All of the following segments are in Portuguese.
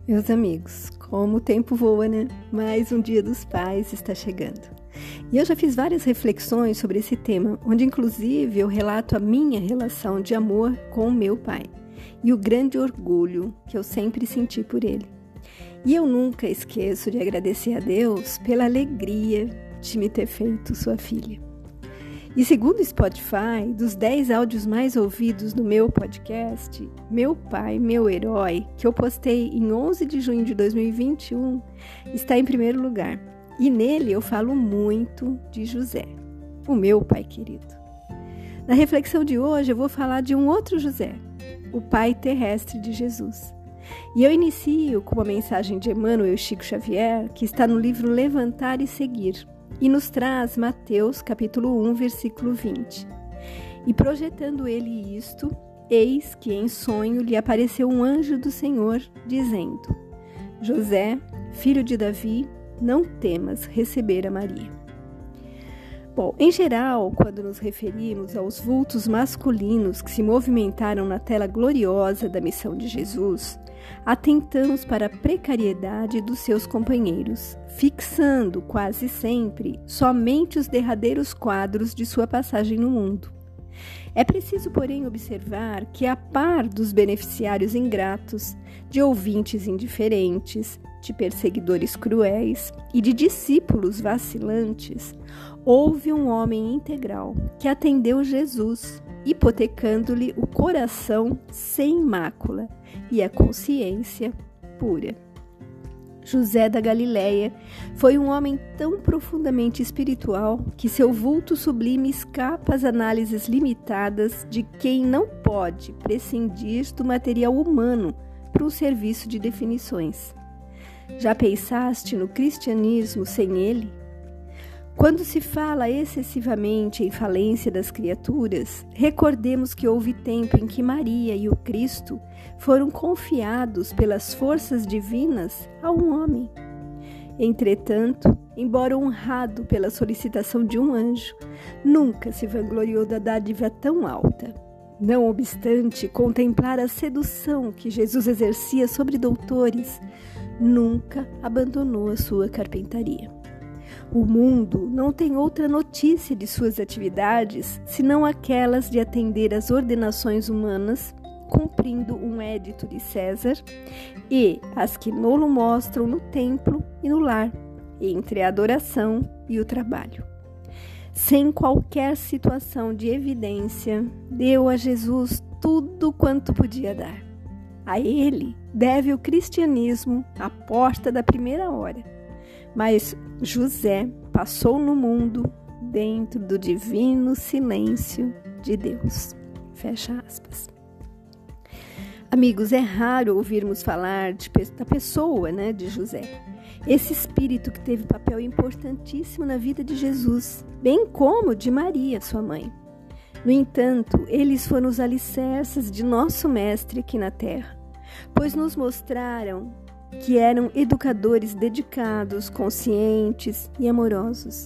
Meus amigos, como o tempo voa, né? Mais um Dia dos Pais está chegando. E eu já fiz várias reflexões sobre esse tema, onde inclusive eu relato a minha relação de amor com o meu pai e o grande orgulho que eu sempre senti por ele. E eu nunca esqueço de agradecer a Deus pela alegria de me ter feito sua filha. E segundo o Spotify, dos 10 áudios mais ouvidos no meu podcast, Meu Pai, Meu Herói, que eu postei em 11 de junho de 2021, está em primeiro lugar. E nele eu falo muito de José, o meu pai querido. Na reflexão de hoje eu vou falar de um outro José, o pai terrestre de Jesus. E eu inicio com uma mensagem de Emmanuel Chico Xavier, que está no livro Levantar e Seguir, e nos traz Mateus capítulo 1, versículo 20. E projetando ele isto, eis que em sonho lhe apareceu um anjo do Senhor, dizendo: José, filho de Davi, não temas receber a Maria. Bom, em geral, quando nos referimos aos vultos masculinos que se movimentaram na tela gloriosa da missão de Jesus, atentamos para a precariedade dos seus companheiros, fixando quase sempre somente os derradeiros quadros de sua passagem no mundo. É preciso, porém, observar que, a par dos beneficiários ingratos, de ouvintes indiferentes, de perseguidores cruéis e de discípulos vacilantes, houve um homem integral que atendeu Jesus, hipotecando-lhe o coração sem mácula e a consciência pura. José da Galileia foi um homem tão profundamente espiritual que seu vulto sublime escapa às análises limitadas de quem não pode prescindir do material humano para um serviço de definições. Já pensaste no cristianismo sem ele? Quando se fala excessivamente em falência das criaturas, recordemos que houve tempo em que Maria e o Cristo foram confiados pelas forças divinas a um homem. Entretanto, embora honrado pela solicitação de um anjo, nunca se vangloriou da dádiva tão alta. Não obstante contemplar a sedução que Jesus exercia sobre doutores, nunca abandonou a sua carpintaria. O mundo não tem outra notícia de suas atividades senão aquelas de atender às ordenações humanas, cumprindo um édito de César, e as que nolo mostram no templo e no lar, entre a adoração e o trabalho. Sem qualquer situação de evidência, deu a Jesus tudo quanto podia dar. A ele deve o cristianismo a porta da primeira hora. Mas José passou no mundo dentro do divino silêncio de Deus. Fecha aspas. Amigos, é raro ouvirmos falar da pessoa, de José. Esse espírito que teve papel importantíssimo na vida de Jesus, bem como de Maria, sua mãe. No entanto, eles foram os alicerces de nosso mestre aqui na terra, pois nos mostraram que eram educadores dedicados, conscientes e amorosos.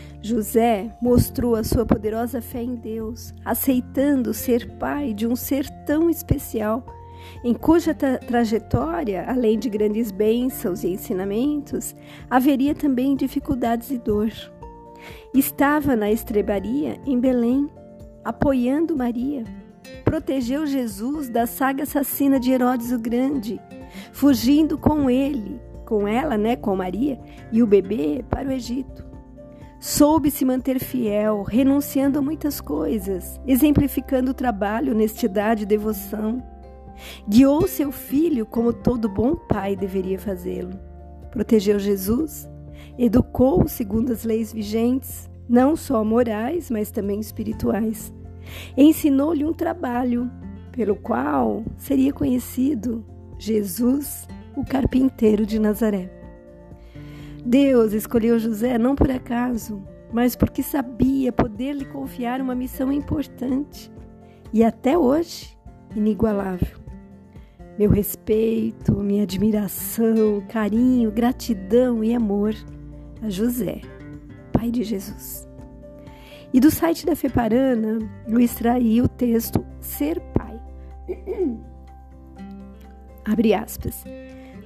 José mostrou a sua poderosa fé em Deus, aceitando ser pai de um ser tão especial, em cuja trajetória, além de grandes bênçãos e ensinamentos, haveria também dificuldades e dor. Estava na estrebaria em Belém, apoiando Maria. Protegeu Jesus da saga assassina de Herodes o Grande, fugindo com ela, com Maria e o bebê para o Egito. Soube se manter fiel, renunciando a muitas coisas, exemplificando o trabalho, honestidade e devoção. Guiou seu filho como todo bom pai deveria fazê-lo. Protegeu Jesus, educou-o segundo as leis vigentes, não só morais, mas também espirituais. Ensinou-lhe um trabalho pelo qual seria conhecido Jesus, o carpinteiro de Nazaré. Deus escolheu José não por acaso, mas porque sabia poder lhe confiar uma missão importante e até hoje inigualável. Meu respeito, minha admiração, carinho, gratidão e amor a José, pai de Jesus. E do site da Feparana, eu extraí o texto Ser Pai. Abre aspas.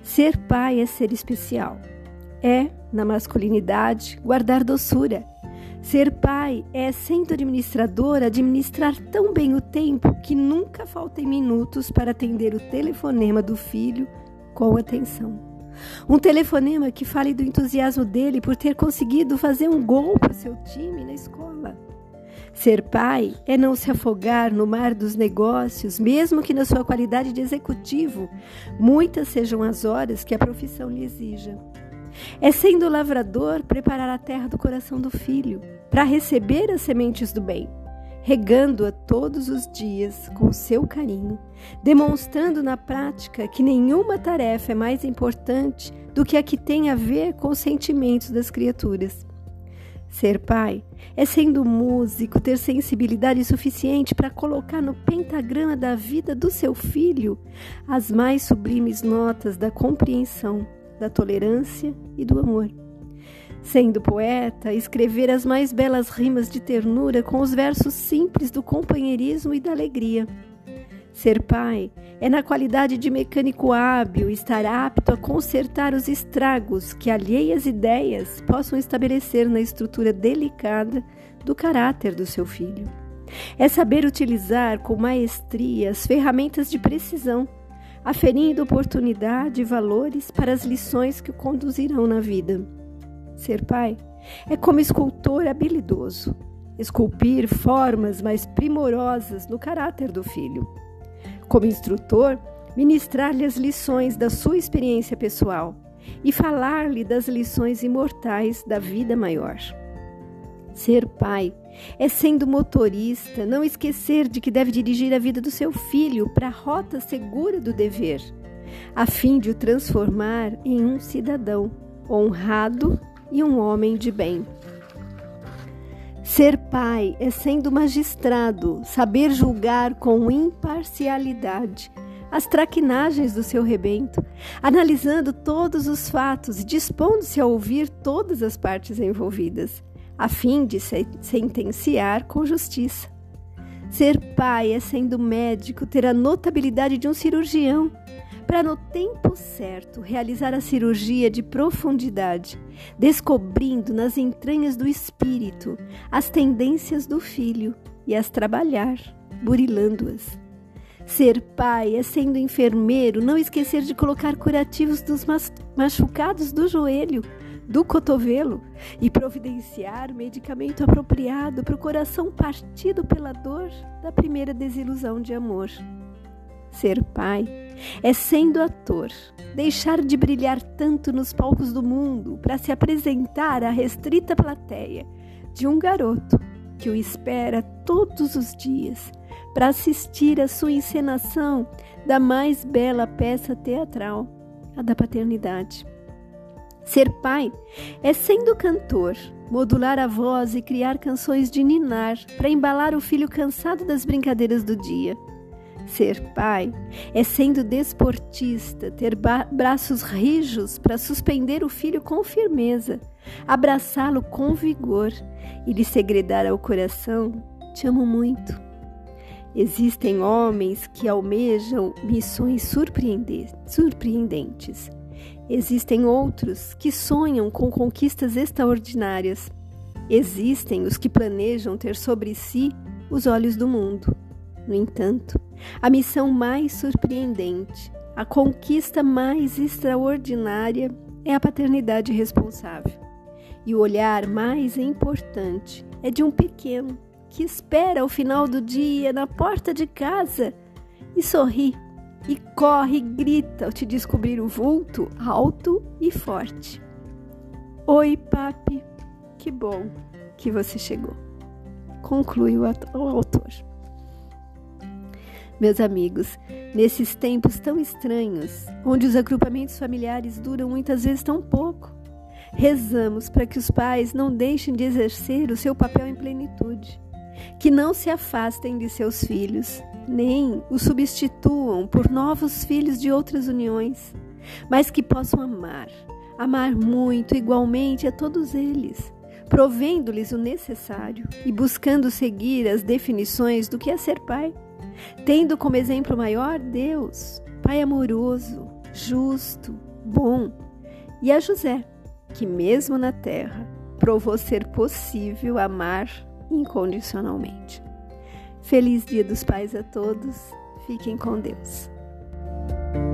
Ser pai é ser especial. É, na masculinidade, guardar doçura. Ser pai é, sendo administrador, administrar tão bem o tempo que nunca faltem minutos para atender o telefonema do filho com atenção. Um telefonema que fale do entusiasmo dele por ter conseguido fazer um gol para seu time na escola. Ser pai é não se afogar no mar dos negócios, mesmo que na sua qualidade de executivo, muitas sejam as horas que a profissão lhe exija. É, sendo lavrador, preparar a terra do coração do filho, para receber as sementes do bem, regando-a todos os dias com seu carinho, demonstrando na prática que nenhuma tarefa é mais importante do que a que tem a ver com os sentimentos das criaturas. Ser pai é, sendo músico, ter sensibilidade suficiente para colocar no pentagrama da vida do seu filho as mais sublimes notas da compreensão, da tolerância e do amor. Sendo poeta, escrever as mais belas rimas de ternura com os versos simples do companheirismo e da alegria. Ser pai é, na qualidade de mecânico hábil, estar apto a consertar os estragos que alheias ideias possam estabelecer na estrutura delicada do caráter do seu filho. É saber utilizar com maestria as ferramentas de precisão, aferindo oportunidade e valores para as lições que o conduzirão na vida. Ser pai é, como escultor habilidoso, esculpir formas mais primorosas no caráter do filho. Como instrutor, ministrar-lhe as lições da sua experiência pessoal e falar-lhe das lições imortais da vida maior. Ser pai é, sendo motorista, não esquecer de que deve dirigir a vida do seu filho para a rota segura do dever, a fim de o transformar em um cidadão honrado e um homem de bem. Ser pai é, sendo magistrado, saber julgar com imparcialidade as traquinagens do seu rebento, analisando todos os fatos e dispondo-se a ouvir todas as partes envolvidas, a fim de sentenciar com justiça. Ser pai é, sendo médico, ter a notabilidade de um cirurgião, para no tempo certo realizar a cirurgia de profundidade, descobrindo nas entranhas do espírito as tendências do filho e as trabalhar, burilando-as. Ser pai é, sendo enfermeiro, não esquecer de colocar curativos dos machucados do joelho, do cotovelo, e providenciar medicamento apropriado para o coração partido pela dor da primeira desilusão de amor. Ser pai é, sendo ator, deixar de brilhar tanto nos palcos do mundo para se apresentar à restrita plateia de um garoto que o espera todos os dias para assistir à sua encenação da mais bela peça teatral, a da paternidade. Ser pai é, sendo cantor, modular a voz e criar canções de ninar para embalar o filho cansado das brincadeiras do dia. Ser pai é, sendo desportista, ter braços rijos para suspender o filho com firmeza, abraçá-lo com vigor e lhe segredar ao coração: te amo muito. Existem homens que almejam missões surpreendentes. Existem outros que sonham com conquistas extraordinárias. Existem os que planejam ter sobre si os olhos do mundo. No entanto, a missão mais surpreendente, a conquista mais extraordinária é a paternidade responsável. E o olhar mais importante é de um pequeno que espera ao final do dia na porta de casa e sorri, e corre e grita ao te descobrir o vulto alto e forte. Oi, papi, que bom que você chegou. Conclui o autor. Meus amigos, nesses tempos tão estranhos, onde os agrupamentos familiares duram muitas vezes tão pouco, rezamos para que os pais não deixem de exercer o seu papel em plenitude, que não se afastem de seus filhos, nem os substituam por novos filhos de outras uniões, mas que possam amar muito igualmente a todos eles, provendo-lhes o necessário e buscando seguir as definições do que é ser pai, tendo como exemplo maior Deus, Pai amoroso, justo, bom, e a José, que mesmo na terra provou ser possível amar incondicionalmente. Feliz Dia dos Pais a todos, fiquem com Deus.